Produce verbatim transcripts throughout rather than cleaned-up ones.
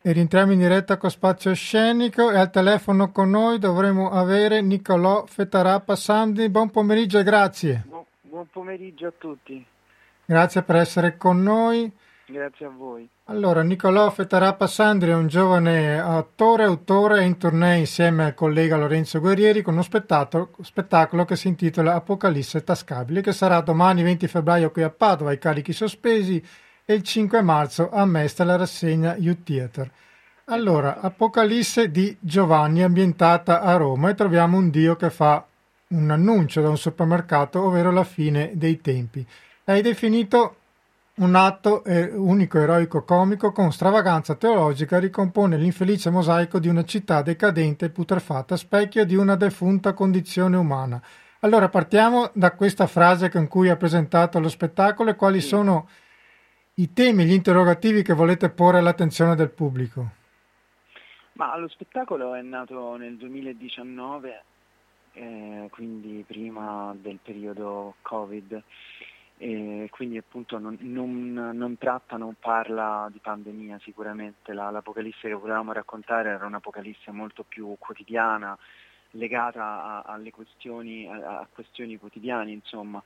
E rientriamo in diretta con Spazio Scenico e al telefono con noi dovremo avere Nicolò Fetarappa Sandri. Buon pomeriggio e grazie. Bu- buon pomeriggio a tutti, Grazie per essere con noi. grazie a voi. Allora, Nicolò Fetarappa Sandri è un giovane attore, autore, è in tournée insieme al collega Lorenzo Guerrieri con uno spettacolo, spettacolo che si intitola Apocalisse Tascabile, che sarà domani venti febbraio qui a Padova, ai Carichi Sospesi, e il cinque marzo a Mestre la rassegna Youth Theater. Allora, Esatto. Apocalisse di Giovanni, ambientata a Roma, e troviamo un dio che fa un annuncio da un supermercato, ovvero la fine dei tempi. L'hai definito un atto eh, unico, eroico, comico, con stravaganza teologica, ricompone l'infelice mosaico di una città decadente e putrefatta, specchio di una defunta condizione umana. Allora, partiamo da questa frase con cui ha presentato lo spettacolo e quali Sì, sono i temi, gli interrogativi che volete porre all'attenzione del pubblico. ma lo spettacolo è nato nel duemiladiciannove, eh, quindi prima del periodo Covid, e quindi appunto non, non, non tratta, non parla di pandemia sicuramente. La, l'Apocalisse che volevamo raccontare era un'Apocalisse molto più quotidiana, legata a, alle questioni, a, a questioni quotidiane, insomma.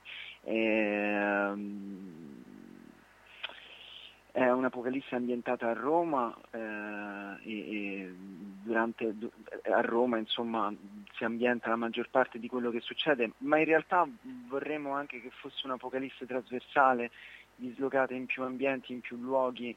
Ehm, È un'Apocalisse ambientata a Roma, eh, e, e durante, du- a Roma insomma si ambienta la maggior parte di quello che succede, ma in realtà vorremmo anche che fosse un'Apocalisse trasversale, dislocata in più ambienti, in più luoghi.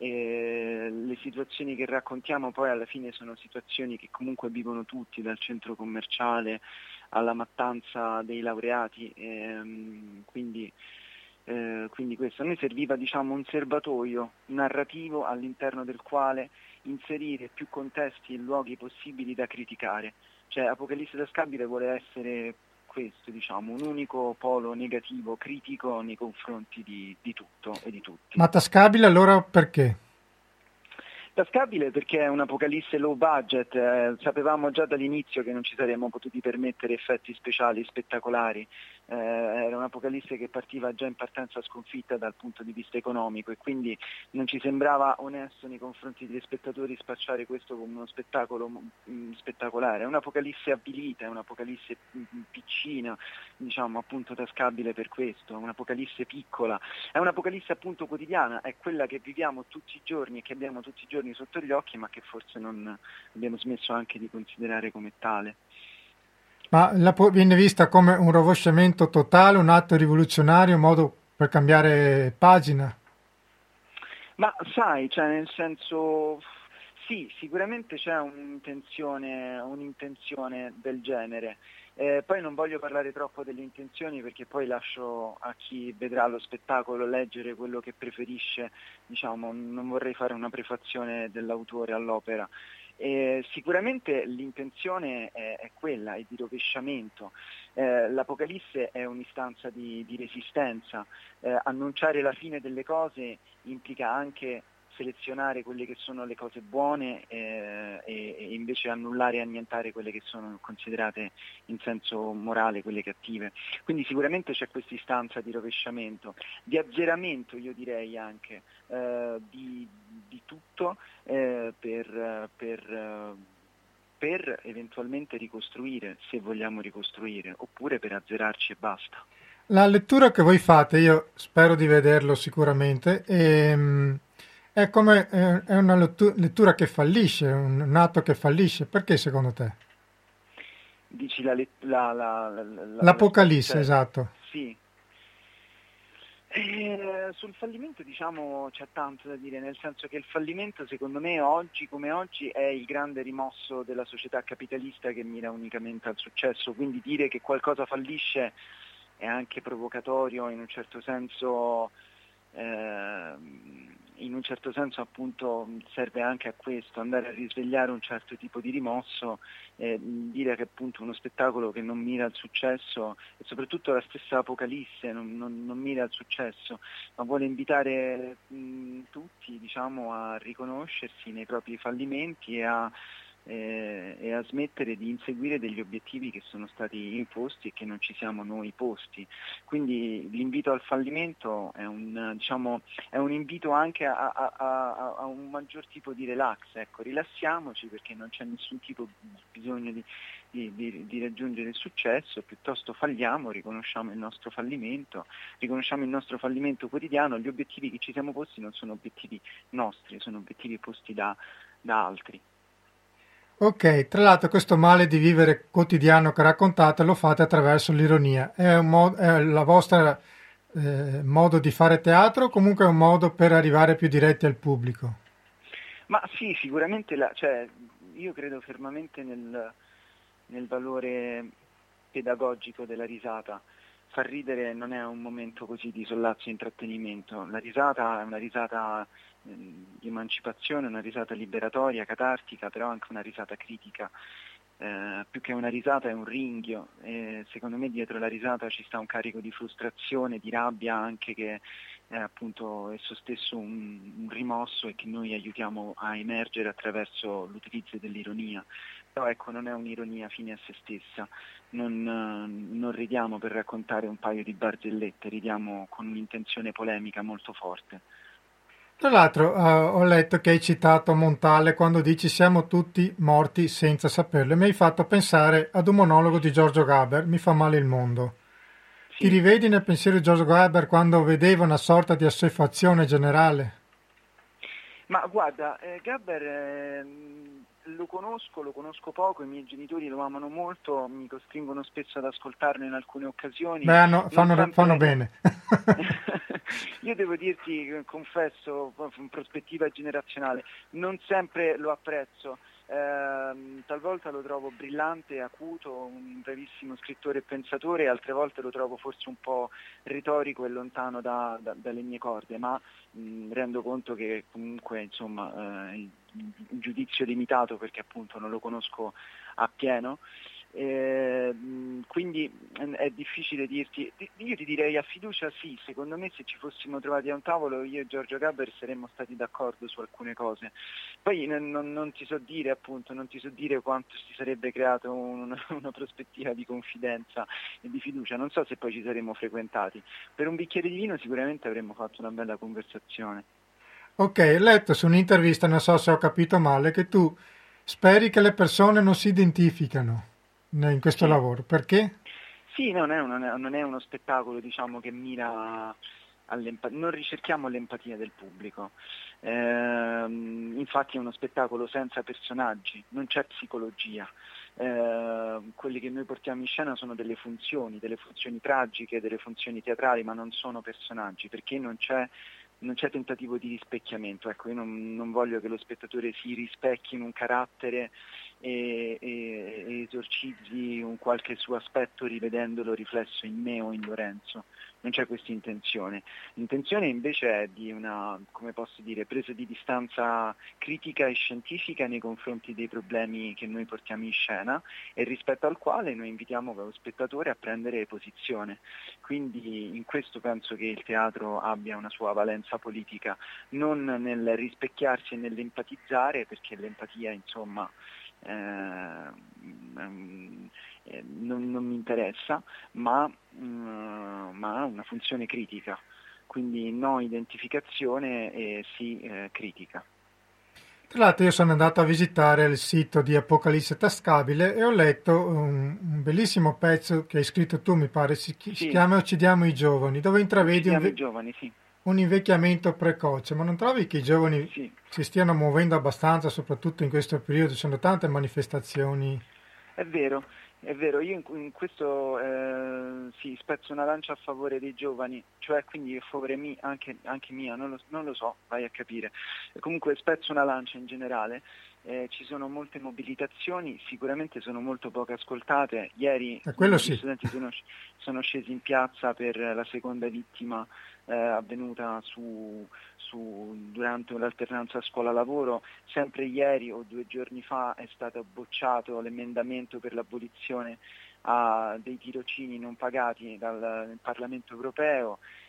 E le situazioni che raccontiamo poi alla fine sono situazioni che comunque vivono tutti, dal centro commerciale alla mattanza dei laureati, ehm, quindi eh, quindi questo a noi serviva, diciamo, un serbatoio narrativo all'interno del quale inserire più contesti e luoghi possibili da criticare. Cioè Apocalisse Tascabile vuole essere questo, diciamo, un unico polo negativo, critico nei confronti di, di tutto e di tutti. Ma tascabile allora perché? Tascabile perché è un'Apocalisse low budget, eh, sapevamo già dall'inizio che non ci saremmo potuti permettere effetti speciali spettacolari, eh, era un'Apocalisse che partiva già in partenza sconfitta dal punto di vista economico e quindi non ci sembrava onesto nei confronti degli spettatori spacciare questo come uno spettacolo mh, spettacolare. È un'Apocalisse avvilita, è un'Apocalisse mh, piccina, diciamo appunto tascabile per questo, è un'Apocalisse piccola, è un'Apocalisse appunto quotidiana, è quella che viviamo tutti i giorni e che abbiamo tutti i giorni sotto gli occhi, ma che forse non abbiamo smesso anche di considerare come tale. Ma la po- viene vista come un rovesciamento totale, un atto rivoluzionario, un modo per cambiare pagina? Ma sai, cioè nel senso, sì, sicuramente c'è un'intenzione, un'intenzione del genere. Eh, poi non voglio parlare troppo delle intenzioni perché poi lascio a chi vedrà lo spettacolo leggere quello che preferisce, diciamo, non vorrei fare una prefazione dell'autore all'opera. Eh, sicuramente l'intenzione è, è quella, è di rovesciamento. Eh, L'Apocalisse è un'istanza di, di resistenza. Eh, annunciare la fine delle cose implica anche selezionare quelle che sono le cose buone, eh, e, e invece annullare e annientare quelle che sono considerate in senso morale, quelle cattive. Quindi sicuramente c'è questa istanza di rovesciamento, di azzeramento, io direi anche, eh, di, di tutto, eh, per, per, eh, per eventualmente ricostruire, se vogliamo ricostruire, oppure per azzerarci e basta. La lettura che voi fate, io spero di vederlo sicuramente, ehm, è come eh, è una lettu- lettura che fallisce, un, un atto che fallisce. Perché secondo te? Dici la, let- la, la, la, la- l'aspetto, L'Apocalisse, cioè, esatto. sì. Eh, sul fallimento diciamo c'è tanto da dire, nel senso che il fallimento secondo me oggi come oggi è il grande rimosso della società capitalista che mira unicamente al successo, quindi dire che qualcosa fallisce è anche provocatorio in un certo senso, eh, in un certo senso appunto serve anche a questo, andare a risvegliare un certo tipo di rimosso, eh, dire che appunto uno spettacolo che non mira al successo e soprattutto la stessa Apocalisse non, non- non mira al successo, ma vuole invitare mh, tutti, diciamo, a riconoscersi nei propri fallimenti e a eh, e a smettere di inseguire degli obiettivi che sono stati imposti e che non ci siamo noi posti. Quindi l'invito al fallimento è un, diciamo, è un invito anche a, a, a, a un maggior tipo di relax, ecco, rilassiamoci perché non c'è nessun tipo di bisogno di, di, di, di raggiungere il successo, piuttosto falliamo, riconosciamo il nostro fallimento, riconosciamo il nostro fallimento quotidiano, gli obiettivi che ci siamo posti non sono obiettivi nostri, sono obiettivi posti da, da altri. Ok, tra l'altro questo male di vivere quotidiano che raccontate lo fate attraverso l'ironia. È un mo- è la vostra eh, modo di fare teatro o comunque è un modo per arrivare più diretti al pubblico? Ma sì, sicuramente la, cioè, io credo fermamente nel, nel valore pedagogico della risata. Far ridere non è un momento così di sollazzo e intrattenimento, la risata è una risata eh, di emancipazione, una risata liberatoria, catartica, però anche una risata critica. Eh, più che una risata è un ringhio e secondo me dietro la risata ci sta un carico di frustrazione, di rabbia anche che è appunto esso stesso un, un rimosso e che noi aiutiamo a emergere attraverso l'utilizzo dell'ironia. Però ecco, non è un'ironia fine a se stessa, non, eh, non ridiamo per raccontare un paio di barzellette, ridiamo con un'intenzione polemica molto forte. Tra l'altro eh, ho letto che hai citato Montale quando dici siamo tutti morti senza saperlo e mi hai fatto pensare ad un monologo di Giorgio Gaber, Mi fa male il mondo. Ti Sì. rivedi nel pensiero di Giorgio Gaber quando vedeva una sorta di assuefazione generale? Ma guarda, eh, Gabber eh, lo conosco, lo conosco poco, i miei genitori lo amano molto, mi costringono spesso ad ascoltarlo in alcune occasioni, Beh, hanno- non fanno, fanno sempre... bene. Io devo dirti, confesso, in prospettiva generazionale, non sempre lo apprezzo. Ehm, talvolta lo trovo brillante, acuto, un bravissimo scrittore e pensatore, altre volte lo trovo forse un po' retorico e lontano da- da- dalle mie corde, ma mh, rendo conto che comunque insomma, eh, il, il giudizio è limitato perché appunto non lo conosco appieno. Eh, mh, quindi mh, è difficile dirti, di- io ti direi a fiducia sì, secondo me se ci fossimo trovati a un tavolo io e Giorgio Gaber saremmo stati d'accordo su alcune cose. Poi non, non- non ti so dire appunto, non ti so dire quanto si sarebbe creato un- una prospettiva di confidenza e di fiducia, non so se poi ci saremmo frequentati. Per un bicchiere di vino sicuramente avremmo fatto una bella conversazione. Ok, ho letto su un'intervista, non so se ho capito male, che tu speri che le persone non si identificano in questo Sì, lavoro. Perché? sì, non è, non è- non è uno spettacolo diciamo, che mira all'empatia, non ricerchiamo l'empatia del pubblico. Ehm, infatti è uno spettacolo senza personaggi, non c'è psicologia. Ehm, quelle che noi portiamo in scena sono delle funzioni, delle funzioni tragiche, delle funzioni teatrali, ma non sono personaggi, perché non c'è, non c'è tentativo di rispecchiamento. Ecco, io non, non voglio che lo spettatore si rispecchi in un carattere e, e, e esorcizzi un qualche suo aspetto rivedendolo riflesso in me o in Lorenzo. Non c'è questa intenzione. L'intenzione invece è di una, come posso dire, presa di distanza critica e scientifica nei confronti dei problemi che noi portiamo in scena e rispetto al quale noi invitiamo lo spettatore a prendere posizione. Quindi in questo penso che il teatro abbia una sua valenza politica, non nel rispecchiarsi e nell'empatizzare, perché l'empatia insomma eh, mm, eh, non, non mi interessa, ma, mm, ma ha una funzione critica, quindi no identificazione e sì eh, critica. Tra l'altro io sono andato a visitare il sito di Apocalisse Tascabile e ho letto un, un bellissimo pezzo che hai scritto tu, mi pare, si, chi- si Sì, chiama Uccidiamo i giovani, dove intravedi un, uccidiamo i ve- giovani, sì, un invecchiamento precoce, ma non trovi che i giovani sì. si stiano muovendo abbastanza, soprattutto in questo periodo? Ci sono tante manifestazioni. È vero, è vero, io in, in questo eh, sì, spezzo una lancia a favore dei giovani, cioè quindi a favore mi, anche, anche mia, non lo, non lo so, vai a capire. E comunque spezzo una lancia in generale, eh, ci sono molte mobilitazioni, sicuramente sono molto poche ascoltate. Ieri E quello mh, gli sì. studenti sono, sc- sono scesi in piazza per la seconda vittima eh, avvenuta su, su- durante l'alternanza scuola-lavoro. Sempre ieri o due giorni fa è stato bocciato l'emendamento per l'abolizione ah, dei tirocini non pagati dal Parlamento europeo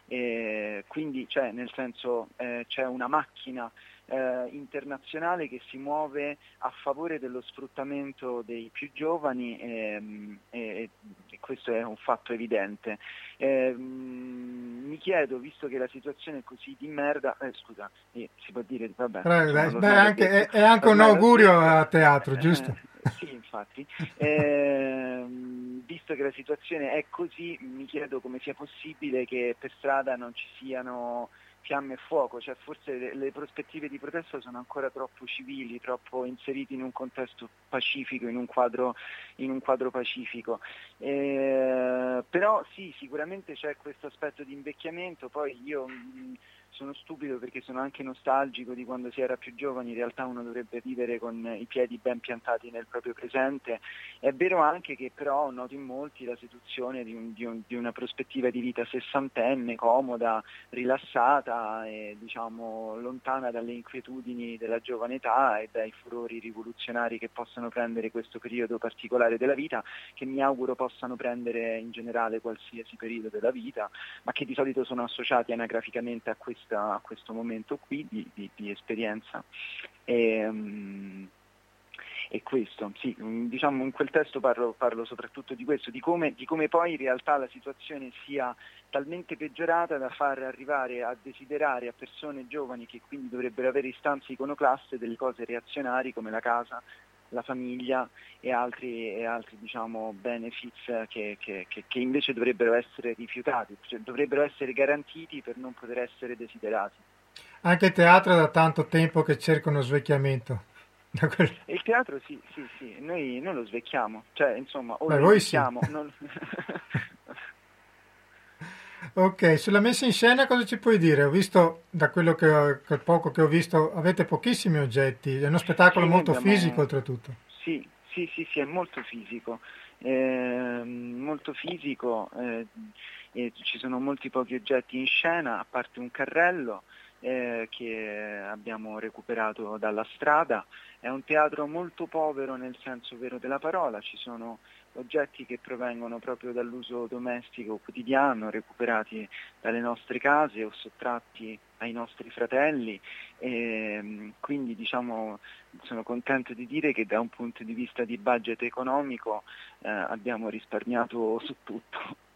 E quindi cioè, nel senso eh, c'è una macchina eh, internazionale che si muove a favore dello sfruttamento dei più giovani e, e, e questo è un fatto evidente. Eh, mi chiedo, visto che la situazione è così di merda, eh, scusa, eh, si può dire, vabbè, Prego, insomma, dai. Beh, l'ormai l'ho anche, detto, è, è anche un ormai l'ho augurio detto, a teatro, giusto? eh, sì, infatti. Eh, visto che la situazione è così, mi chiedo come sia possibile che per strada non ci siano fiamme e fuoco, cioè forse le, le prospettive di protesta sono ancora troppo civili, troppo inseriti in un contesto pacifico, in un quadro, in un quadro pacifico. Eh, però sì, sicuramente c'è questo aspetto di invecchiamento, poi io mh, sono stupido perché sono anche nostalgico di quando si era più giovani, in realtà uno dovrebbe vivere con i piedi ben piantati nel proprio presente. È vero anche che però noto in molti la seduzione di, un, di, un, di una prospettiva di vita sessantenne, comoda, rilassata e diciamo lontana dalle inquietudini della giovane età e dai furori rivoluzionari che possono prendere questo periodo particolare della vita, che mi auguro possano prendere in generale qualsiasi periodo della vita, ma che di solito sono associati anagraficamente a, questa, a questo momento qui di, di, di esperienza. E, um, E questo, sì, diciamo in quel testo parlo, parlo soprattutto di questo, di come, di come poi in realtà la situazione sia talmente peggiorata da far arrivare a desiderare a persone giovani che quindi dovrebbero avere istanze iconoclaste delle cose reazionari come la casa, la famiglia e altri, e altri diciamo, benefits che, che, che, che invece dovrebbero essere rifiutati, cioè dovrebbero essere garantiti per non poter essere desiderati. Anche il teatro è da tanto tempo che cerca uno svecchiamento. Da quel- E il teatro sì, sì, sì, noi, noi lo svecchiamo, cioè insomma o Beh, lo voi sì. invecchiamo. Non... Ok, sulla messa in scena cosa ci puoi dire? Ho visto, da quello che ho, quel poco che ho visto, avete pochissimi oggetti, è uno spettacolo Sì, noi molto fisico abbiamo... oltretutto. Sì, sì, sì, sì, è molto fisico, eh, molto fisico, eh, e ci sono molti pochi oggetti in scena, a parte un carrello eh, che abbiamo recuperato dalla strada. È un teatro molto povero nel senso vero della parola, ci sono oggetti che provengono proprio dall'uso domestico quotidiano, recuperati dalle nostre case o sottratti ai nostri fratelli, e quindi diciamo sono contento di dire che da un punto di vista di budget economico eh, abbiamo risparmiato su tutto.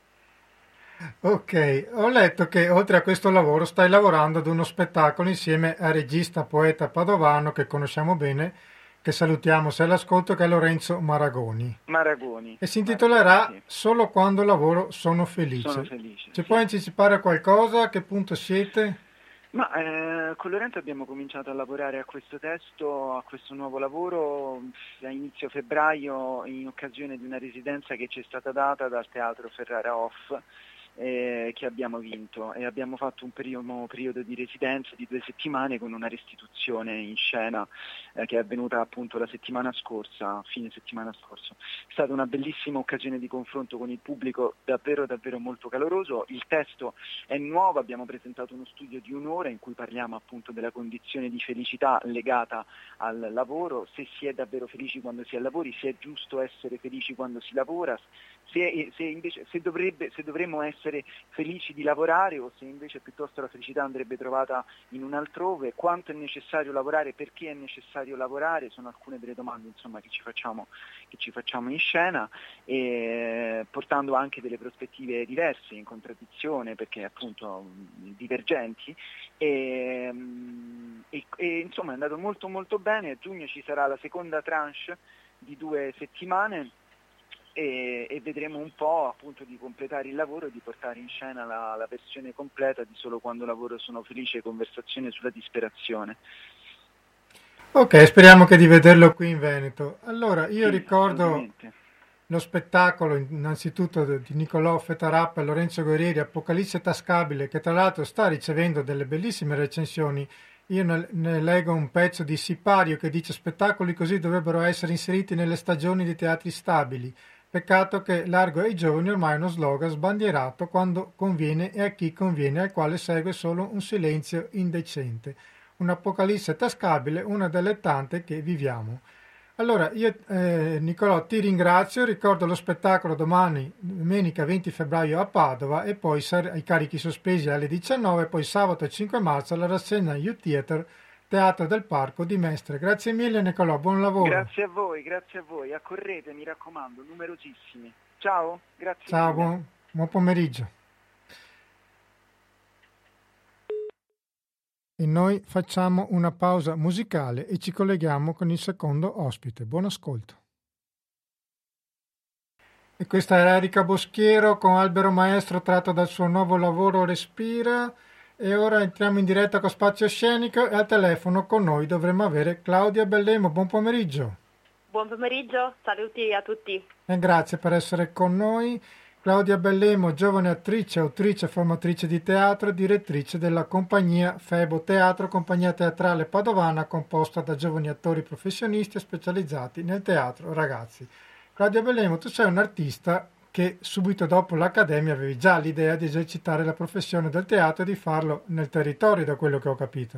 Ok, ho letto che oltre a questo lavoro stai lavorando ad uno spettacolo insieme al regista poeta padovano che conosciamo bene, che salutiamo se è all'ascolto, che è Lorenzo Maragoni. Maragoni, E si Maragoni, intitolerà sì. Solo quando lavoro sono Sono felice. felice, Ci puoi sì. anticipare qualcosa? A che punto siete? Ma eh, con Lorenzo abbiamo cominciato a lavorare a questo testo, a questo nuovo lavoro a inizio febbraio in occasione di una residenza che ci è stata data dal Teatro Ferrara Off, eh, che abbiamo vinto, e abbiamo fatto un primo periodo di residenza di due settimane con una restituzione in scena eh, che è avvenuta appunto la settimana scorsa, fine settimana scorsa. È stata una bellissima occasione di confronto con il pubblico, davvero davvero molto caloroso. Il testo è nuovo, abbiamo presentato uno studio di un'ora in cui parliamo appunto della condizione di felicità legata al lavoro, se si è davvero felici quando si è al lavoro, se è giusto essere felici quando si lavora, se, se invece se, dovrebbe, se dovremmo essere felici di lavorare o se invece piuttosto la felicità andrebbe trovata in un altrove, quanto è necessario lavorare, perché è necessario lavorare, sono alcune delle domande insomma, che, ci facciamo, che ci facciamo in scena, e portando anche delle prospettive diverse, in contraddizione perché appunto divergenti, e, e, e insomma è andato molto molto bene. A giugno ci sarà la seconda tranche di due settimane e, e vedremo un po' appunto di completare il lavoro e di portare in scena la, la versione completa di Solo quando lavoro sono felice, conversazione sulla disperazione. Ok, speriamo che di vederlo qui in Veneto. Allora, io Sì, ricordo assolutamente. lo spettacolo innanzitutto di Nicolò Fetarappa e Lorenzo Guerrieri, Apocalisse tascabile, che tra l'altro sta ricevendo delle bellissime recensioni. Io ne, ne leggo un pezzo di Sipario che dice: spettacoli così dovrebbero essere inseriti nelle stagioni di teatri stabili. Peccato che largo ai giovani ormai è uno slogan sbandierato quando conviene e a chi conviene, al quale segue solo un silenzio indecente. Un'apocalisse tascabile, una delle tante che viviamo. Allora, io eh, Nicolò ti ringrazio, ricordo lo spettacolo domani, domenica venti febbraio a Padova e poi sar- ai carichi sospesi alle diciannove, poi sabato cinque marzo alla rassegna U Theatre, Teatro del Parco di Mestre. Grazie mille Nicolò, buon lavoro. Grazie a voi, grazie a voi. Accorrete, mi raccomando, numerosissimi. Ciao, grazie Ciao, mille. buon, buon pomeriggio. E noi facciamo una pausa musicale e ci colleghiamo con il secondo ospite. Buon ascolto. E questa era Erika Boschiero con Albero Maestro tratto dal suo nuovo lavoro Respira. E ora entriamo in diretta con Spazio Scenico e al telefono con noi dovremmo avere Claudia Bellemo. Buon pomeriggio. Buon pomeriggio, saluti a tutti. E grazie per essere con noi. Claudia Bellemo, giovane attrice, autrice, formatrice di teatro e direttrice della compagnia Febo Teatro, compagnia teatrale padovana composta da giovani attori professionisti specializzati nel teatro ragazzi. Claudia Bellemo, tu sei un artista che subito dopo l'accademia avevi già l'idea di esercitare la professione del teatro e di farlo nel territorio, da quello che ho capito.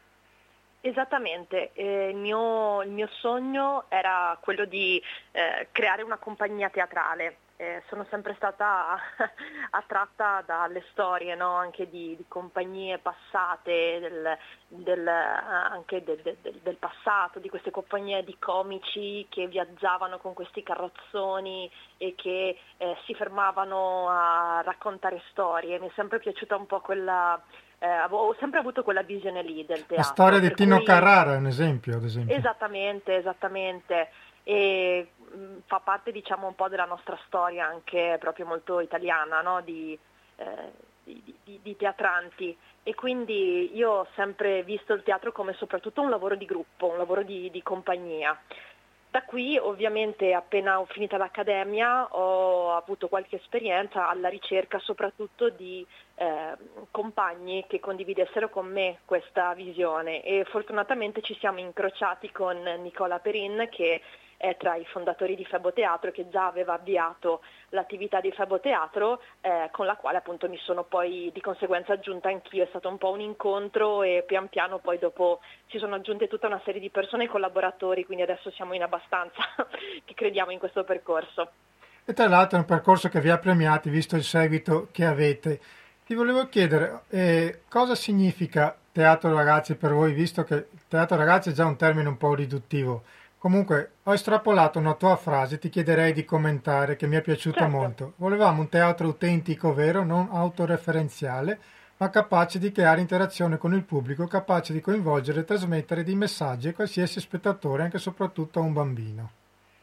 Esattamente, eh, il, mio, il mio sogno era quello di eh, creare una compagnia teatrale. Eh, sono sempre stata attratta dalle storie, no? Anche di, di compagnie passate, del, del, anche del, del, del passato, di queste compagnie di comici che viaggiavano con questi carrozzoni e che eh, si fermavano a raccontare storie. Mi è sempre piaciuta un po' quella... Eh, ho sempre avuto quella visione lì del teatro. La storia di Tino cui... Carrara è un esempio, ad esempio. Esattamente, esattamente. E mh, fa parte, diciamo, un po' della nostra storia anche proprio molto italiana, no? di, eh, di, di, di teatranti. E quindi io ho sempre visto il teatro come soprattutto un lavoro di gruppo, un lavoro di, di compagnia. Da qui ovviamente appena ho finita l'accademia ho avuto qualche esperienza alla ricerca soprattutto di eh, compagni che condividessero con me questa visione e fortunatamente ci siamo incrociati con Nicola Perin che è tra i fondatori di Febo Teatro che già aveva avviato l'attività di Febo Teatro eh, con la quale appunto mi sono poi di conseguenza aggiunta anch'io, è stato un po' un incontro e pian piano poi dopo si sono aggiunte tutta una serie di persone e collaboratori, quindi adesso siamo in abbastanza che crediamo in questo percorso. E tra l'altro è un percorso che vi ha premiati visto il seguito che avete. Ti volevo chiedere eh, cosa significa teatro ragazzi per voi, visto che teatro ragazzi è già un termine un po' riduttivo. Comunque, ho estrapolato una tua frase, ti chiederei di commentare, che mi è piaciuta Certo. molto. Volevamo un teatro autentico, vero, non autoreferenziale, ma capace di creare interazione con il pubblico, capace di coinvolgere e trasmettere dei messaggi a qualsiasi spettatore, anche e soprattutto a un bambino.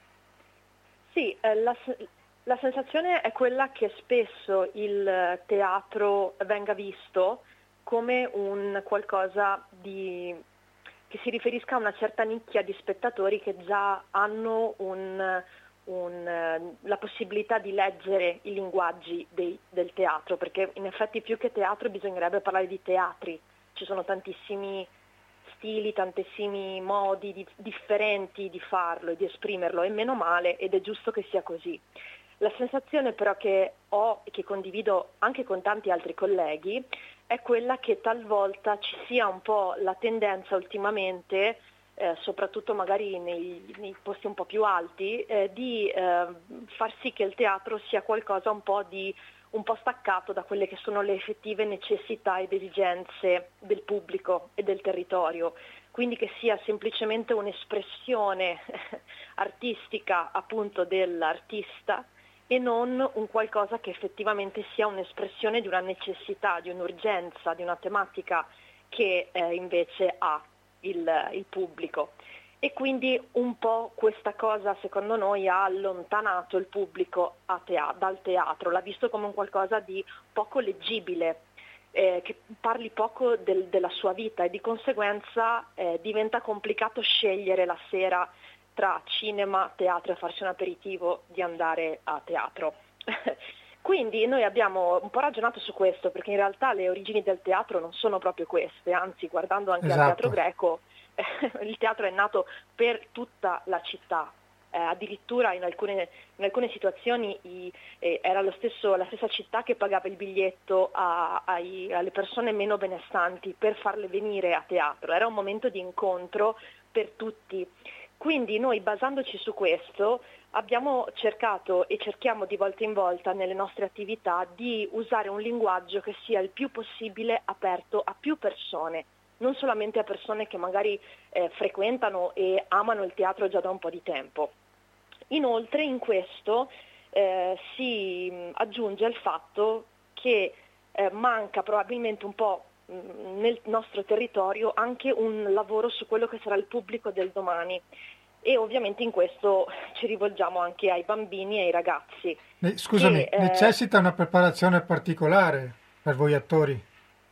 Sì, eh, la, la sensazione è quella che spesso il teatro venga visto come un qualcosa di... che si riferisca a una certa nicchia di spettatori che già hanno un, un, la possibilità di leggere i linguaggi dei, del teatro, perché in effetti più che teatro bisognerebbe parlare di teatri, ci sono tantissimi stili, tantissimi modi di, differenti di farlo e di esprimerlo, e meno male, ed è giusto che sia così. La sensazione però che ho e che condivido anche con tanti altri colleghi è quella che talvolta ci sia un po' la tendenza ultimamente, eh, soprattutto magari nei, nei posti un po' più alti, eh, di eh, far sì che il teatro sia qualcosa un po' di un po' staccato da quelle che sono le effettive necessità ed esigenze del pubblico e del territorio, quindi che sia semplicemente un'espressione artistica appunto dell'artista e non un qualcosa che effettivamente sia un'espressione di una necessità, di un'urgenza, di una tematica che eh, invece ha il, il pubblico. E quindi un po' questa cosa secondo noi ha allontanato il pubblico a tea- dal teatro, l'ha visto come un qualcosa di poco leggibile, eh, che parli poco del, della sua vita e di conseguenza eh, diventa complicato scegliere la sera tra cinema, teatro e farsi un aperitivo di andare a teatro. Quindi noi abbiamo un po' ragionato su questo, perché in realtà le origini del teatro non sono proprio queste, anzi guardando anche Esatto. al teatro greco, il teatro è nato per tutta la città, eh, addirittura in alcune, in alcune situazioni i, eh, era lo stesso, la stessa città che pagava il biglietto a, ai, alle persone meno benestanti per farle venire a teatro, era un momento di incontro per tutti. Quindi noi, basandoci su questo, abbiamo cercato e cerchiamo di volta in volta nelle nostre attività di usare un linguaggio che sia il più possibile aperto a più persone, non solamente a persone che magari eh, frequentano e amano il teatro già da un po' di tempo. Inoltre in questo eh, si mh, aggiunge il fatto che eh, manca probabilmente un po' mh, nel nostro territorio anche un lavoro su quello che sarà il pubblico del domani. E ovviamente in questo ci rivolgiamo anche ai bambini e ai ragazzi. Ne- Scusami, Che, eh, necessita una preparazione particolare per voi attori?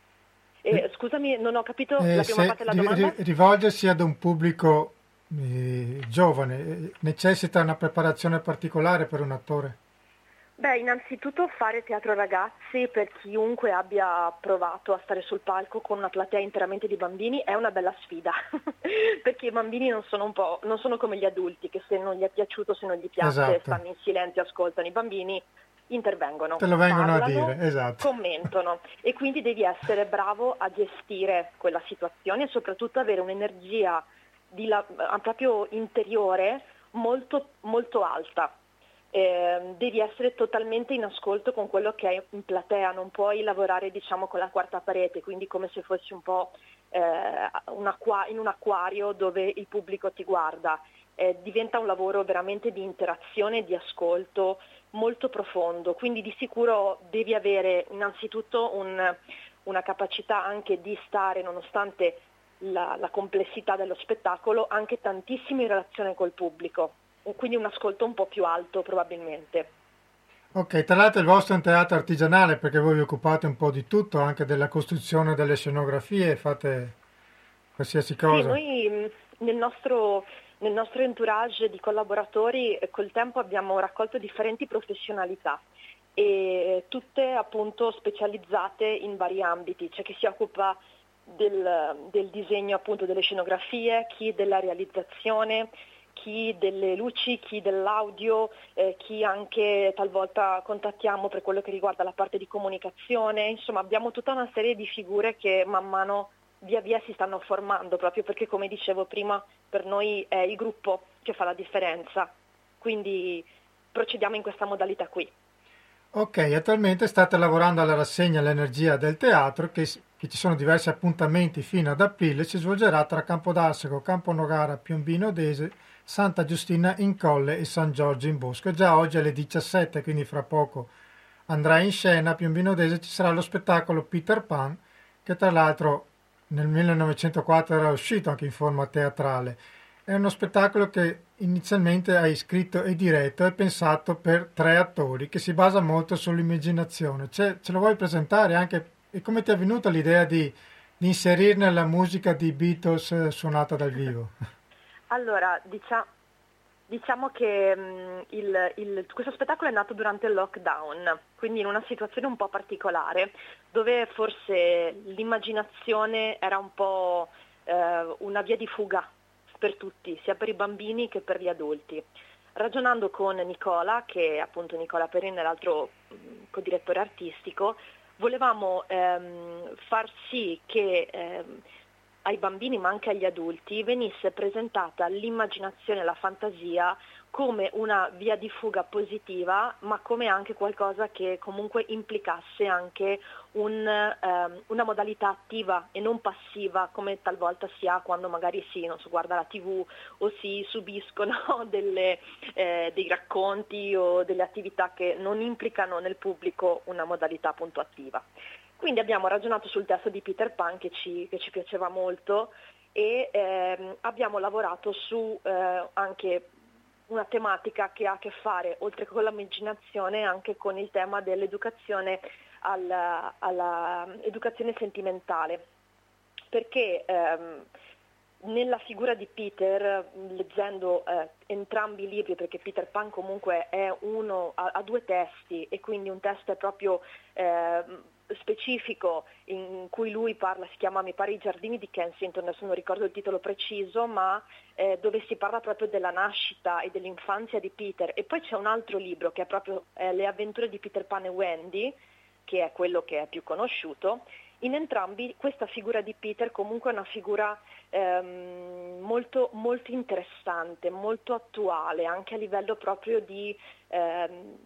eh, scusami, non ho capito Eh, la prima se parte della ri- domanda. ri- rivolgersi ad un pubblico eh, giovane eh, necessita una preparazione particolare per un attore? Beh, innanzitutto fare teatro ragazzi per chiunque abbia provato a stare sul palco con una platea interamente di bambini è una bella sfida, perché i bambini non sono un po', non sono come gli adulti che se non gli è piaciuto, se non gli piace, Esatto. stanno in silenzio, ascoltano. I bambini intervengono, Te lo vengono parlano, a dire, esatto. commentano, e quindi devi essere bravo a gestire quella situazione e soprattutto avere un'energia di la- proprio interiore molto, molto alta. Eh, devi essere totalmente in ascolto con quello che hai in platea, non puoi lavorare diciamo con la quarta parete, quindi come se fossi un po' eh, un acqua- in un acquario dove il pubblico ti guarda. Eh, diventa un lavoro veramente di interazione e di ascolto molto profondo, quindi di sicuro devi avere innanzitutto un, una capacità anche di stare, nonostante la, la complessità dello spettacolo, anche tantissimo in relazione col pubblico. Quindi un ascolto un po' più alto probabilmente. Ok, tra l'altro il vostro è un teatro artigianale perché voi vi occupate un po' di tutto, anche della costruzione delle scenografie, fate qualsiasi Sì, cosa. noi mh, nel nostro, nel nostro entourage di collaboratori eh, col tempo abbiamo raccolto differenti professionalità e tutte appunto specializzate in vari ambiti. C'è chi si occupa del, del disegno appunto delle scenografie, chi della realizzazione, chi delle luci, chi dell'audio, eh, chi anche talvolta contattiamo per quello che riguarda la parte di comunicazione. Insomma, abbiamo tutta una serie di figure che man mano via via si stanno formando, proprio perché, come dicevo prima, per noi è il gruppo che fa la differenza. Quindi procediamo in questa modalità qui. Ok, attualmente state lavorando alla rassegna L'Energia del Teatro, che, s- che ci sono diversi appuntamenti fino ad aprile, si svolgerà tra Campodarsego, Camponogara, Piombino Dese, Santa Giustina in Colle e San Giorgio in Bosco. E già oggi alle diciassette, quindi fra poco andrà in scena a Piombino Dese, ci sarà lo spettacolo Peter Pan, che tra l'altro nel millenovecentoquattro era uscito anche in forma teatrale. È uno spettacolo che inizialmente hai scritto e diretto e pensato per tre attori, che si basa molto sull'immaginazione. Ce, ce lo vuoi presentare anche e come ti è venuta l'idea di, di inserirne la musica di Beatles eh, suonata dal vivo? Allora, dicia- diciamo che mh, il- il- questo spettacolo è nato durante il lockdown, quindi in una situazione un po' particolare, dove forse l'immaginazione era un po' eh, una via di fuga per tutti, sia per i bambini che per gli adulti. Ragionando con Nicola, che è appunto Nicola Perin, l'altro mh, codirettore artistico, volevamo ehm, far sì che ehm, ai bambini ma anche agli adulti venisse presentata l'immaginazione e la fantasia come una via di fuga positiva, ma come anche qualcosa che comunque implicasse anche un, ehm, una modalità attiva e non passiva, come talvolta si ha quando magari si non so, guarda la tivù o si subiscono delle, eh, dei racconti o delle attività che non implicano nel pubblico una modalità appunto attiva. Quindi abbiamo ragionato sul testo di Peter Pan che ci, che ci piaceva molto e ehm, abbiamo lavorato su eh, anche una tematica che ha a che fare, oltre che con l'immaginazione, anche con il tema dell'educazione alla, alla educazione sentimentale. Perché ehm, nella figura di Peter, leggendo eh, entrambi i libri, perché Peter Pan comunque è uno, ha, ha due testi e quindi un testo è proprio eh, specifico in cui lui parla, si chiama mi pare I giardini di Kensington, adesso non ricordo il titolo preciso, ma eh, dove si parla proprio della nascita e dell'infanzia di Peter. E poi c'è un altro libro che è proprio eh, Le avventure di Peter Pan e Wendy, che è quello che è più conosciuto, in entrambi questa figura di Peter comunque è una figura ehm, molto, molto interessante, molto attuale, anche a livello proprio di, ehm,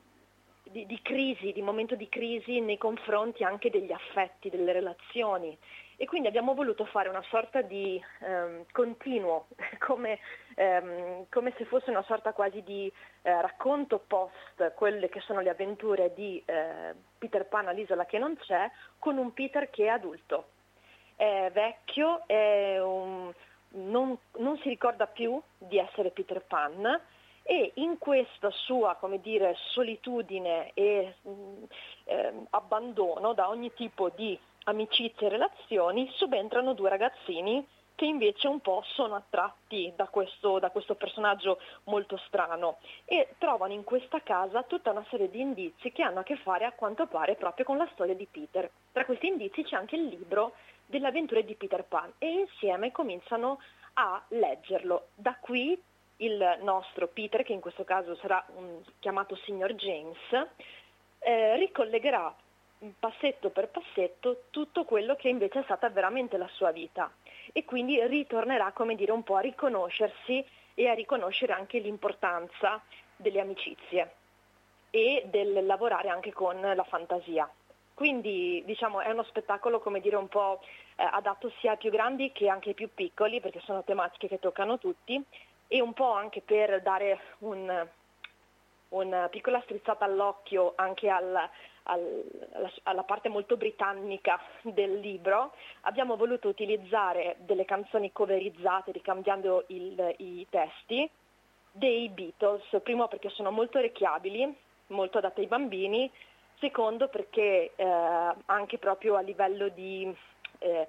di, di crisi, di momento di crisi nei confronti anche degli affetti, delle relazioni. E quindi abbiamo voluto fare una sorta di ehm, continuo, come, ehm, come se fosse una sorta quasi di eh, racconto post quelle che sono le avventure di eh, Peter Pan all'isola che non c'è, con un Peter che è adulto, è vecchio, è un, non, non si ricorda più di essere Peter Pan, e in questa sua, come dire, solitudine e mh, eh, abbandono da ogni tipo di amicizie e relazioni subentrano due ragazzini che invece un po' sono attratti da questo, da questo personaggio molto strano e trovano in questa casa tutta una serie di indizi che hanno a che fare, a quanto pare, proprio con la storia di Peter. Tra questi indizi c'è anche il libro delle avventure di Peter Pan e insieme cominciano a leggerlo. Da qui il nostro Peter, che in questo caso sarà un, chiamato Signor James, eh, ricollegherà passetto per passetto tutto quello che invece è stata veramente la sua vita e quindi ritornerà, come dire, un po' a riconoscersi e a riconoscere anche l'importanza delle amicizie e del lavorare anche con la fantasia. Quindi diciamo è uno spettacolo, come dire, un po' eh, adatto sia ai più grandi che anche ai più piccoli, perché sono tematiche che toccano tutti, e un po' anche per dare un, una piccola strizzata all'occhio anche al, al, alla, alla parte molto britannica del libro. Abbiamo voluto utilizzare delle canzoni coverizzate ricambiando il, i testi dei Beatles, primo perché sono molto orecchiabili, molto adatte ai bambini, secondo perché eh, anche proprio a livello di, eh,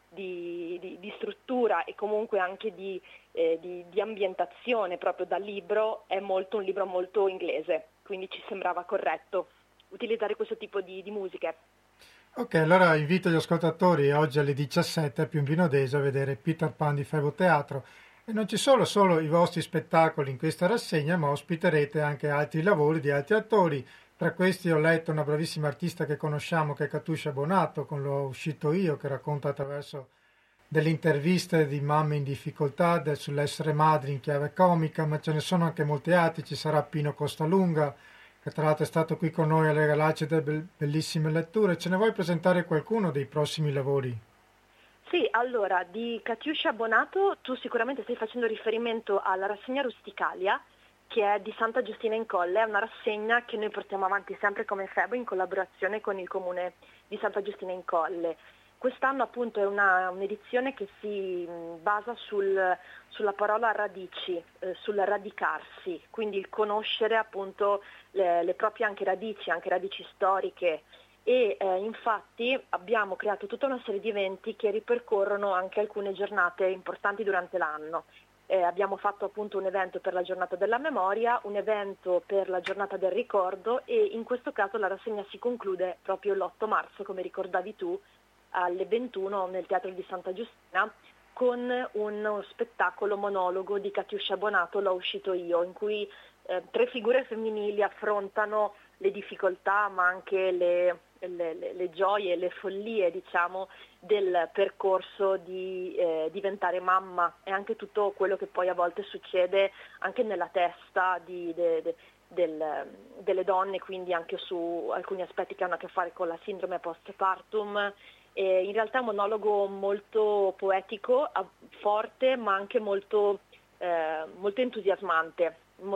di, di, di struttura e comunque anche di, eh, di, di ambientazione proprio dal libro è molto un libro molto inglese, quindi ci sembrava corretto utilizzare questo tipo di, di musiche. Ok, allora invito gli ascoltatori oggi alle diciassette a Piombino Dese a vedere Peter Pan di Febo Teatro. E non ci sono solo i vostri spettacoli in questa rassegna, ma ospiterete anche altri lavori di altri attori. Tra questi ho letto una bravissima artista che conosciamo, che è Katusha Bonato, con L'ho uscito io, che racconta attraverso delle interviste di mamme in difficoltà, del, sull'essere madri in chiave comica, ma ce ne sono anche molti altri. Ci sarà Pino Costalunga, che tra l'altro è stato qui con noi a regalarci delle bellissime letture. Ce ne vuoi presentare qualcuno dei prossimi lavori? Sì, allora, di Katusha Bonato tu sicuramente stai facendo riferimento alla rassegna Rusticalia, che è di Santa Giustina in Colle, è una rassegna che noi portiamo avanti sempre come Febo in collaborazione con il comune di Santa Giustina in Colle. Quest'anno appunto è una, un'edizione che si basa sul, sulla parola radici, eh, sul radicarsi, quindi il conoscere appunto le, le proprie anche radici, anche radici storiche. E eh, infatti abbiamo creato tutta una serie di eventi che ripercorrono anche alcune giornate importanti durante l'anno. Eh, abbiamo fatto appunto un evento per la giornata della memoria, un evento per la giornata del ricordo e in questo caso la rassegna si conclude proprio l'otto marzo, come ricordavi tu, alle ventuno nel Teatro di Santa Giustina con uno spettacolo monologo di Katusha Bonato, L'ho uscito io, in cui eh, tre figure femminili affrontano le difficoltà ma anche le, le, le, le gioie, le follie diciamo del percorso di eh, diventare mamma e anche tutto quello che poi a volte succede anche nella testa di, de, de, del, delle donne, quindi anche su alcuni aspetti che hanno a che fare con la sindrome postpartum. E in realtà è un monologo molto poetico, forte ma anche molto, eh, molto entusiasmante,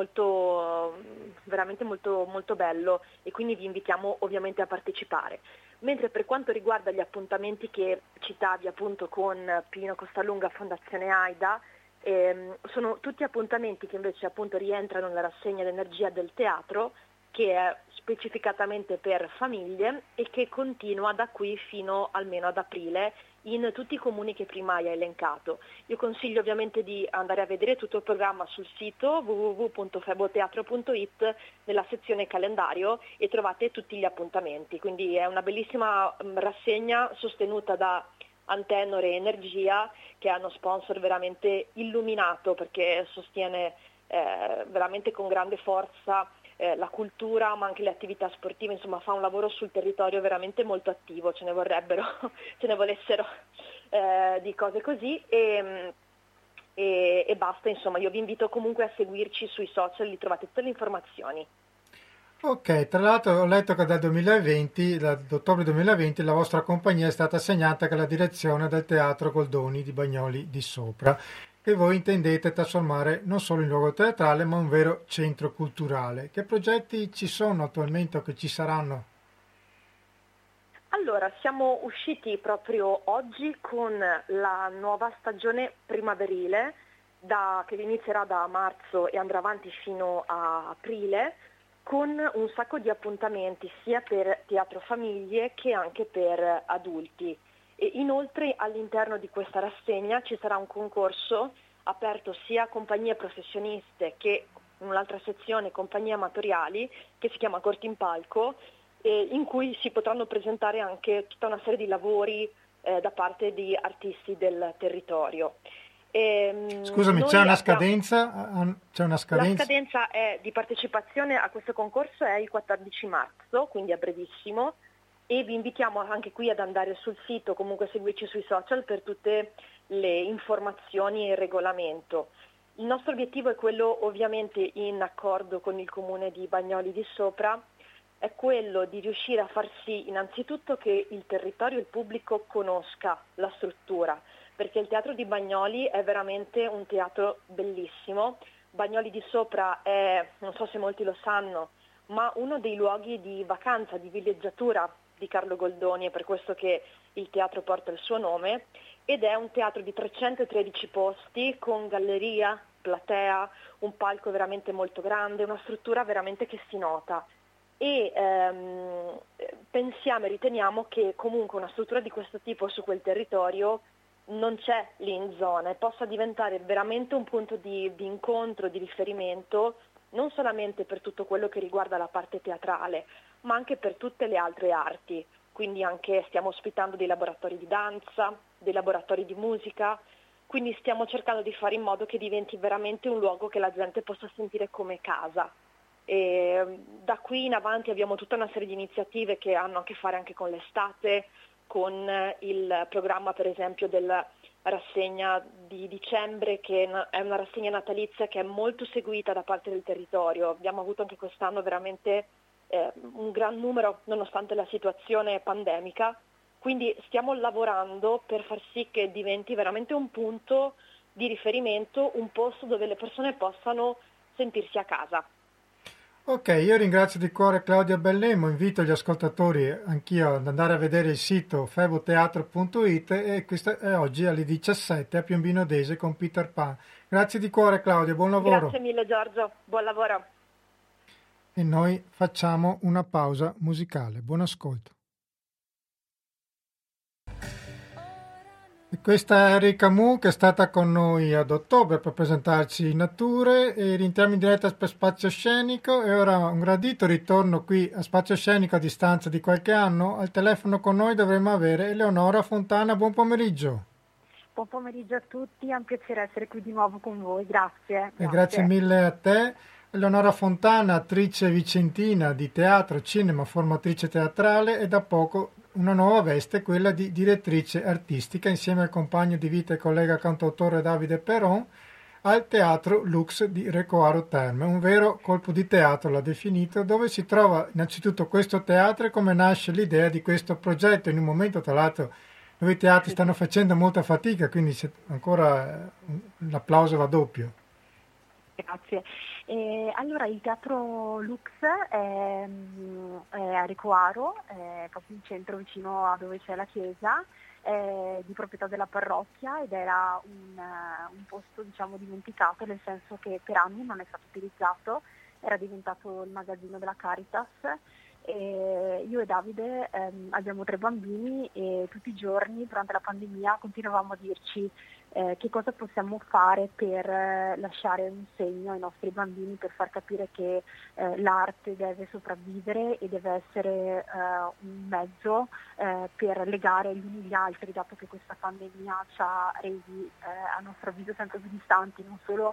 molto, veramente molto, molto bello e quindi vi invitiamo ovviamente a partecipare. Mentre per quanto riguarda gli appuntamenti che citavi appunto con Pino Costalunga, Fondazione AIDA, ehm, sono tutti appuntamenti che invece appunto rientrano nella rassegna d'energia del teatro, che è specificatamente per famiglie e che continua da qui fino almeno ad aprile in tutti i comuni che prima hai elencato. Io consiglio ovviamente di andare a vedere tutto il programma sul sito w w w punto feboteatro punto i t nella sezione calendario e trovate tutti gli appuntamenti. Quindi è una bellissima rassegna sostenuta da Antenore e Energia, che hanno sponsor veramente illuminato perché sostiene eh, veramente con grande forza eh, la cultura, ma anche le attività sportive, insomma fa un lavoro sul territorio veramente molto attivo, ce ne vorrebbero, ce ne volessero eh, di cose così e, e, e basta, insomma io vi invito comunque a seguirci sui social, lì trovate tutte le informazioni. Ok, tra l'altro ho letto che dal duemilaventi, da ottobre duemilaventi, la vostra compagnia è stata assegnata alla direzione del Teatro Goldoni di Bagnoli di Sopra, che voi intendete trasformare non solo in luogo teatrale, ma un vero centro culturale. Che progetti ci sono attualmente o che ci saranno? Allora, siamo usciti proprio oggi con la nuova stagione primaverile, da, che inizierà da marzo e andrà avanti fino a aprile, con un sacco di appuntamenti sia per teatro famiglie che anche per adulti. E inoltre all'interno di questa rassegna ci sarà un concorso aperto sia a compagnie professioniste che in un'altra sezione compagnie amatoriali che si chiama Corti in Palco, eh, in cui si potranno presentare anche tutta una serie di lavori eh, da parte di artisti del territorio. E, Scusami, c'è una, scadenza? c'è una scadenza? La scadenza è, di partecipazione a questo concorso è il quattordici marzo, quindi a brevissimo, e vi invitiamo anche qui ad andare sul sito, comunque seguirci sui social per tutte le informazioni e il regolamento. Il nostro obiettivo è quello, ovviamente in accordo con il comune di Bagnoli di Sopra, è quello di riuscire a far sì innanzitutto che il territorio e il pubblico conosca la struttura, perché il teatro di Bagnoli è veramente un teatro bellissimo. Bagnoli di Sopra è, non so se molti lo sanno, ma uno dei luoghi di vacanza, di villeggiatura di Carlo Goldoni, è per questo che il teatro porta il suo nome, ed è un teatro di trecentotredici posti con galleria, platea, un palco veramente molto grande, una struttura veramente che si nota. E ehm, pensiamo e riteniamo che comunque una struttura di questo tipo su quel territorio non c'è lì in zona e possa diventare veramente un punto di, di incontro, di riferimento, non solamente per tutto quello che riguarda la parte teatrale, ma anche per tutte le altre arti. Quindi anche stiamo ospitando dei laboratori di danza, dei laboratori di musica, quindi stiamo cercando di fare in modo che diventi veramente un luogo che la gente possa sentire come casa. E da qui in avanti abbiamo tutta una serie di iniziative che hanno a che fare anche con l'estate, con il programma per esempio della rassegna di dicembre, che è una rassegna natalizia che è molto seguita da parte del territorio. Abbiamo avuto anche quest'anno veramente eh, un gran numero nonostante la situazione pandemica, quindi stiamo lavorando per far sì che diventi veramente un punto di riferimento, un posto dove le persone possano sentirsi a casa. Ok, io ringrazio di cuore Claudia Bellemo, invito gli ascoltatori anch'io ad andare a vedere il sito feboteatro punto it e questo è oggi alle diciassette a Piombino Dese con Peter Pan. Grazie di cuore Claudia, buon lavoro. Grazie mille Giorgio, buon lavoro. E noi facciamo una pausa musicale, buon ascolto. E questa è Erika Mu che è stata con noi ad ottobre per presentarci Nature e rientriamo in diretta per Spazio Scenico e ora un gradito ritorno qui a Spazio Scenico a distanza di qualche anno. Al telefono con noi dovremmo avere Eleonora Fontana, buon pomeriggio. Buon pomeriggio a tutti, è un piacere essere qui di nuovo con voi, grazie. E grazie mille a te. Eleonora Fontana, attrice vicentina di teatro, cinema, formatrice teatrale e da poco una nuova veste, quella di direttrice artistica, insieme al compagno di vita e collega cantautore Davide Peron, al Teatro Lux di Recoaro Terme. Un vero colpo di teatro l'ha definito, dove si trova innanzitutto questo teatro e come nasce l'idea di questo progetto, in un momento tra l'altro dove i teatri stanno facendo molta fatica, quindi ancora l'applauso va doppio. Grazie. Eh, allora il Teatro Lux è, è a Recoaro, è proprio in centro vicino a dove c'è la chiesa, è di proprietà della parrocchia ed era un, un posto diciamo dimenticato, nel senso che per anni non è stato utilizzato, era diventato il magazzino della Caritas. E io e Davide ehm, abbiamo tre bambini e tutti i giorni durante la pandemia continuavamo a dirci eh, che cosa possiamo fare per eh, lasciare un segno ai nostri bambini, per far capire che eh, l'arte deve sopravvivere e deve essere eh, un mezzo eh, per legare gli uni gli altri, dato che questa pandemia ci ha resi eh, a nostro avviso sempre più distanti, non solo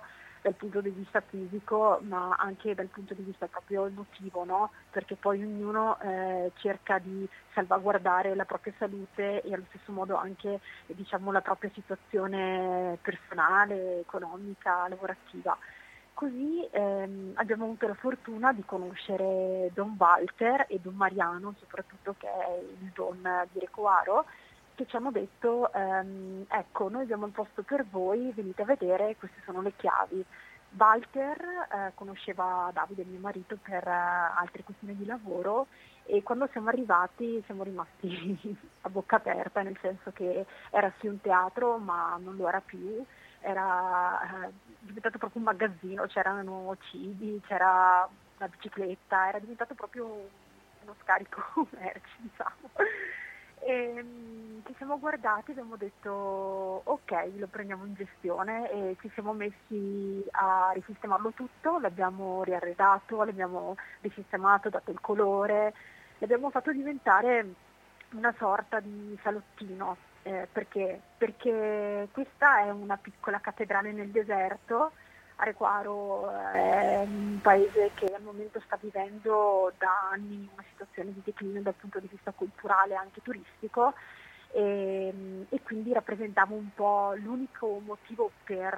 dal punto di vista fisico, ma anche dal punto di vista proprio emotivo, no? Perché poi ognuno eh, cerca di salvaguardare la propria salute e allo stesso modo anche eh, diciamo, la propria situazione personale, economica, lavorativa. Così ehm, abbiamo avuto la fortuna di conoscere Don Walter e Don Mariano, soprattutto che è il Don di Recoaro, che ci hanno detto ehm, ecco, noi abbiamo un posto per voi, venite a vedere, queste sono le chiavi. Walter eh, conosceva Davide, mio marito, per eh, altre questioni di lavoro, e quando siamo arrivati siamo rimasti a bocca aperta, nel senso che era sì un teatro ma non lo era più, era eh, diventato proprio un magazzino, c'erano cibi, c'era una bicicletta, era diventato proprio uno scarico merci, diciamo. E um, ci siamo guardati e abbiamo detto ok, lo prendiamo in gestione, e ci siamo messi a risistemarlo tutto, l'abbiamo riarredato, l'abbiamo risistemato, dato il colore, l'abbiamo fatto diventare una sorta di salottino. Eh, perché? Perché questa è una piccola cattedrale nel deserto. Recoaro è un paese che al momento sta vivendo da anni una situazione di declino dal punto di vista culturale e anche turistico, e, e quindi rappresentava un po' l'unico motivo per,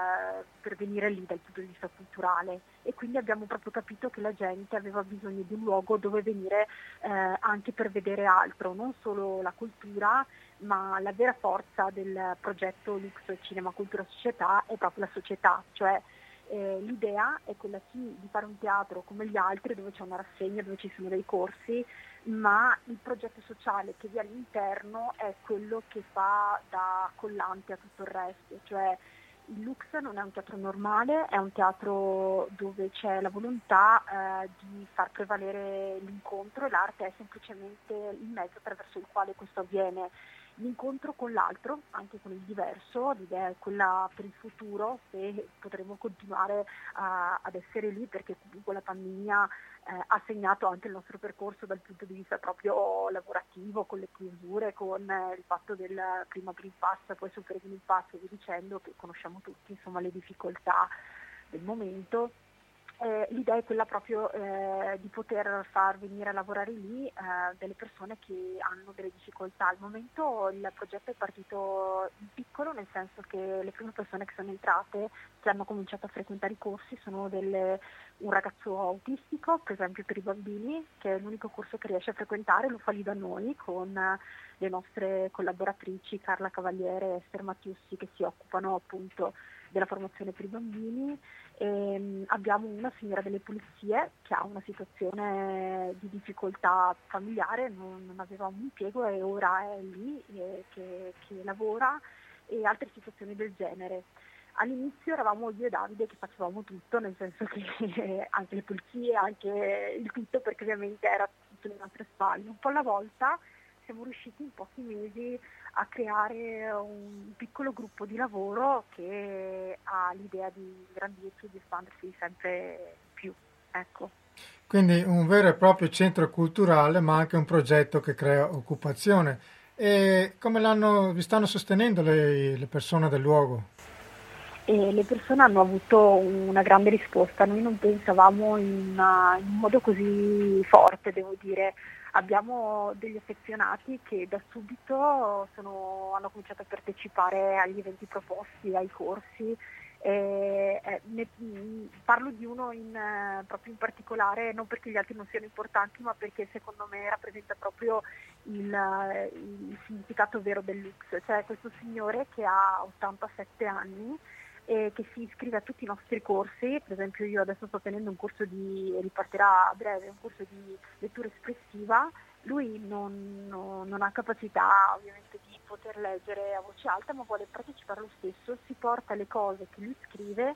per venire lì dal punto di vista culturale, e quindi abbiamo proprio capito che la gente aveva bisogno di un luogo dove venire eh, anche per vedere altro, non solo la cultura, ma la vera forza del progetto Lux Cinema Cultura Società è proprio la società, cioè eh, l'idea è quella sì di fare un teatro come gli altri dove c'è una rassegna, dove ci sono dei corsi, ma il progetto sociale che vi è all'interno è quello che fa da collante a tutto il resto, cioè il Lux non è un teatro normale, è un teatro dove c'è la volontà eh, di far prevalere l'incontro, e l'arte è semplicemente il mezzo attraverso il quale questo avviene. L'incontro con l'altro, anche con il diverso, l'idea è quella per il futuro, se potremo continuare a, ad essere lì, perché comunque la pandemia eh, ha segnato anche il nostro percorso dal punto di vista proprio lavorativo, con le chiusure, con eh, il fatto del prima Green Pass, poi Super Green Pass e via dicendo, che conosciamo tutti, insomma, le difficoltà del momento. Eh, l'idea è quella proprio eh, di poter far venire a lavorare lì eh, delle persone che hanno delle difficoltà. Al momento il progetto è partito in piccolo, nel senso che le prime persone che sono entrate, che hanno cominciato a frequentare i corsi, sono delle, un ragazzo autistico, per esempio per i bambini, che è l'unico corso che riesce a frequentare, lo fa lì da noi con le nostre collaboratrici Carla Cavaliere e Esther Mattiussi, che si occupano appunto della formazione per i bambini. E abbiamo una signora delle pulizie che ha una situazione di difficoltà familiare, non, non aveva un impiego e ora è lì e che, che lavora, e altre situazioni del genere. All'inizio eravamo io e Davide che facevamo tutto, nel senso che anche le pulizie, anche il tutto, perché ovviamente era tutto alle nostre spalle. Un po' alla volta siamo riusciti in pochi mesi a creare un piccolo gruppo di lavoro che ha l'idea di ingrandirsi e di espandersi sempre più. Ecco. Quindi un vero e proprio centro culturale, ma anche un progetto che crea occupazione. E come l'hanno, vi stanno sostenendo le, le persone del luogo? E le persone hanno avuto una grande risposta. Noi non pensavamo in, una, in un modo così forte, devo dire. Abbiamo degli affezionati che da subito sono, hanno cominciato a partecipare agli eventi proposti, ai corsi. E, eh, ne, parlo di uno in, eh, proprio in particolare, non perché gli altri non siano importanti, ma perché secondo me rappresenta proprio il, il significato vero del Lux. Cioè questo signore che ha ottantasette anni e che si iscrive a tutti i nostri corsi. Per esempio io adesso sto tenendo un corso di, ripartirà a breve, un corso di lettura espressiva. Lui non, non, non ha capacità ovviamente di poter leggere a voce alta, ma vuole partecipare lo stesso, si porta le cose che lui scrive,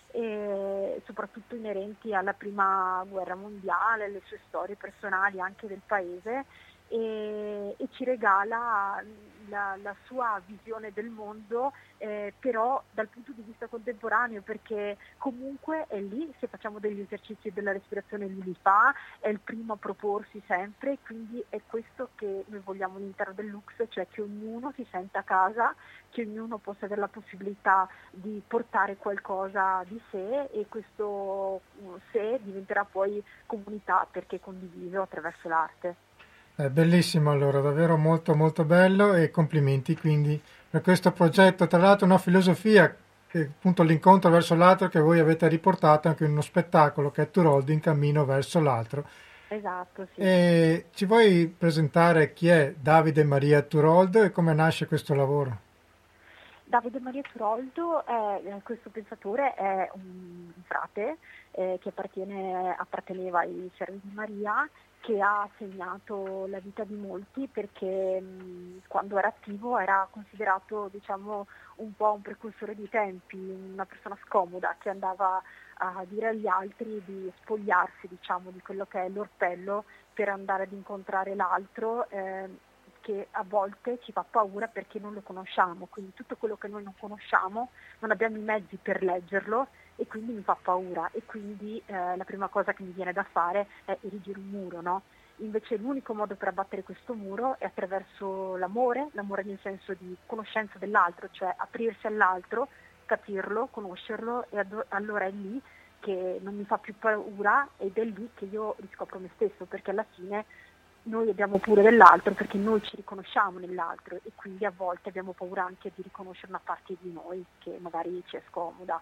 e soprattutto inerenti alla prima guerra mondiale, le sue storie personali anche del paese, e, e ci regala la, la sua visione del mondo, eh, però dal punto di vista contemporaneo, perché comunque è lì, se facciamo degli esercizi della respirazione lui li fa, è il primo a proporsi sempre, quindi è questo che noi vogliamo all'interno del Lux, cioè che ognuno si senta a casa, che ognuno possa avere la possibilità di portare qualcosa di sé, e questo sé diventerà poi comunità perché condiviso attraverso l'arte. È bellissimo, allora, davvero molto molto bello, e complimenti quindi per questo progetto. Tra l'altro una filosofia, che appunto l'incontro verso l'altro, che voi avete riportato anche in uno spettacolo che è Turoldo in cammino verso l'altro. Esatto, sì. E ci vuoi presentare chi è Davide Maria Turoldo e come nasce questo lavoro? Davide Maria Turoldo, è, questo pensatore, è un frate eh, che appartiene, apparteneva ai servi di Maria, che ha segnato la vita di molti perché mh, quando era attivo era considerato, diciamo, un po' un precursore dei tempi, una persona scomoda che andava a dire agli altri di spogliarsi, diciamo, di quello che è l'orpello per andare ad incontrare l'altro, eh, che a volte ci fa paura perché non lo conosciamo, quindi tutto quello che noi non conosciamo non abbiamo i mezzi per leggerlo e quindi mi fa paura, e quindi eh, la prima cosa che mi viene da fare è erigere un muro, no? Invece l'unico modo per abbattere questo muro è attraverso l'amore, l'amore nel senso di conoscenza dell'altro, cioè aprirsi all'altro, capirlo, conoscerlo, e ad- allora è lì che non mi fa più paura, ed è lì che io riscopro me stesso, perché alla fine noi abbiamo paura dell'altro perché noi ci riconosciamo nell'altro, e quindi a volte abbiamo paura anche di riconoscere una parte di noi che magari ci è scomoda.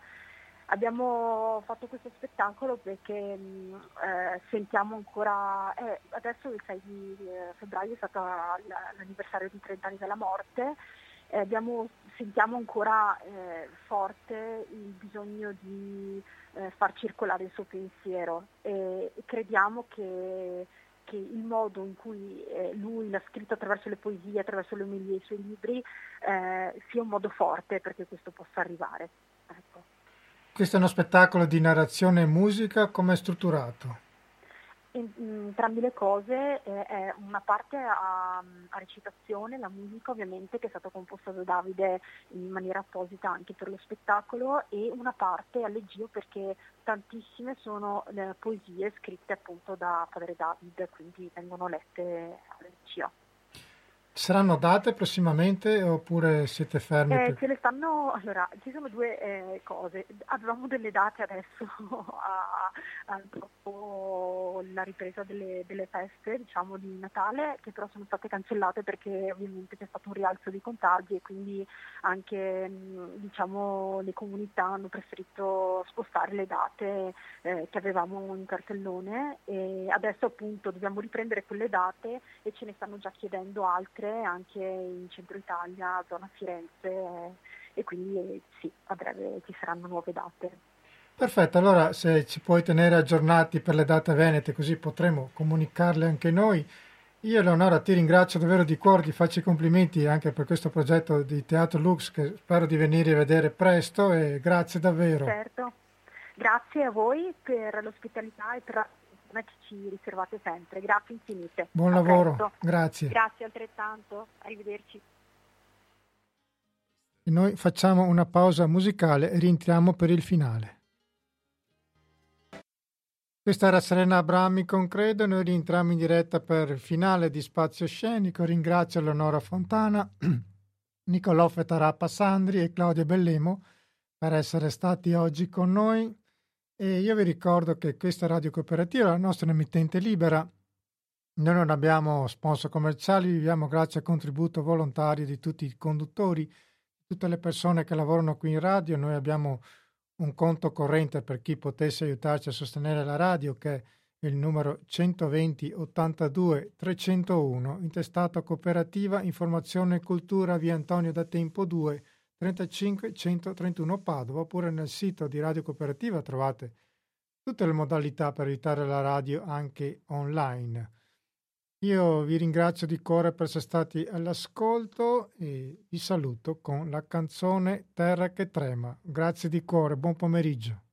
Abbiamo fatto questo spettacolo perché mh, eh, sentiamo ancora, eh, adesso il sei di eh, febbraio è stato l'anniversario di trenta anni della morte, eh, abbiamo, sentiamo ancora eh, forte il bisogno di eh, far circolare il suo pensiero, e, e crediamo che che il modo in cui eh, lui l'ha scritto attraverso le poesie, attraverso le omelie e i suoi libri, eh, sia un modo forte perché questo possa arrivare. Ecco. Questo è uno spettacolo di narrazione e musica, come è strutturato? Entrambi le cose, eh, è una parte a, a recitazione, la musica ovviamente, che è stata composta da Davide in maniera apposita anche per lo spettacolo, e una parte a leggio perché tantissime sono le poesie scritte appunto da padre David, quindi vengono lette a leggio. Saranno date prossimamente oppure siete fermi? Eh, per... ce ne stanno, allora, ci sono due eh, cose. Avevamo delle date adesso a, a, dopo la ripresa delle, delle feste, diciamo, di Natale, che però sono state cancellate perché ovviamente c'è stato un rialzo di contagi, e quindi anche mh, diciamo, le comunità hanno preferito spostare le date eh, che avevamo in cartellone, e adesso appunto dobbiamo riprendere quelle date e ce ne stanno già chiedendo altre anche in centro Italia, zona Firenze, eh, e quindi eh, sì, a breve ci saranno nuove date. Perfetto, allora se ci puoi tenere aggiornati per le date venete, così potremo comunicarle anche noi. Io Eleonora ti ringrazio davvero di cuore, ti faccio i complimenti anche per questo progetto di Teatro Lux, che spero di venire a vedere presto, e grazie davvero. Certo, grazie a voi per l'ospitalità e per la che ci riservate sempre, grazie infinite. Buon A lavoro, presto. grazie. Grazie altrettanto, arrivederci. E noi facciamo una pausa musicale e rientriamo per il finale. Questa era Serena Abrami con Credo, noi rientriamo in diretta per il finale di Spazio Scenico. Ringrazio Eleonora Fontana, Nicolò Fetarappa Sandri e Claudia Bellemo per essere stati oggi con noi. E io vi ricordo che questa radio cooperativa è la nostra emittente libera, noi non abbiamo sponsor commerciali, viviamo grazie al contributo volontario di tutti i conduttori, tutte le persone che lavorano qui in radio. Noi abbiamo un conto corrente per chi potesse aiutarci a sostenere la radio, che è il numero centoventi ottantadue trecentouno, intestato Cooperativa Informazione e Cultura, via Antonio da Tempo due, trentacinque centotrentuno Padova, oppure nel sito di Radio Cooperativa trovate tutte le modalità per aiutare la radio anche online. Io vi ringrazio di cuore per essere stati all'ascolto e vi saluto con la canzone Terra che trema. Grazie di cuore, buon pomeriggio.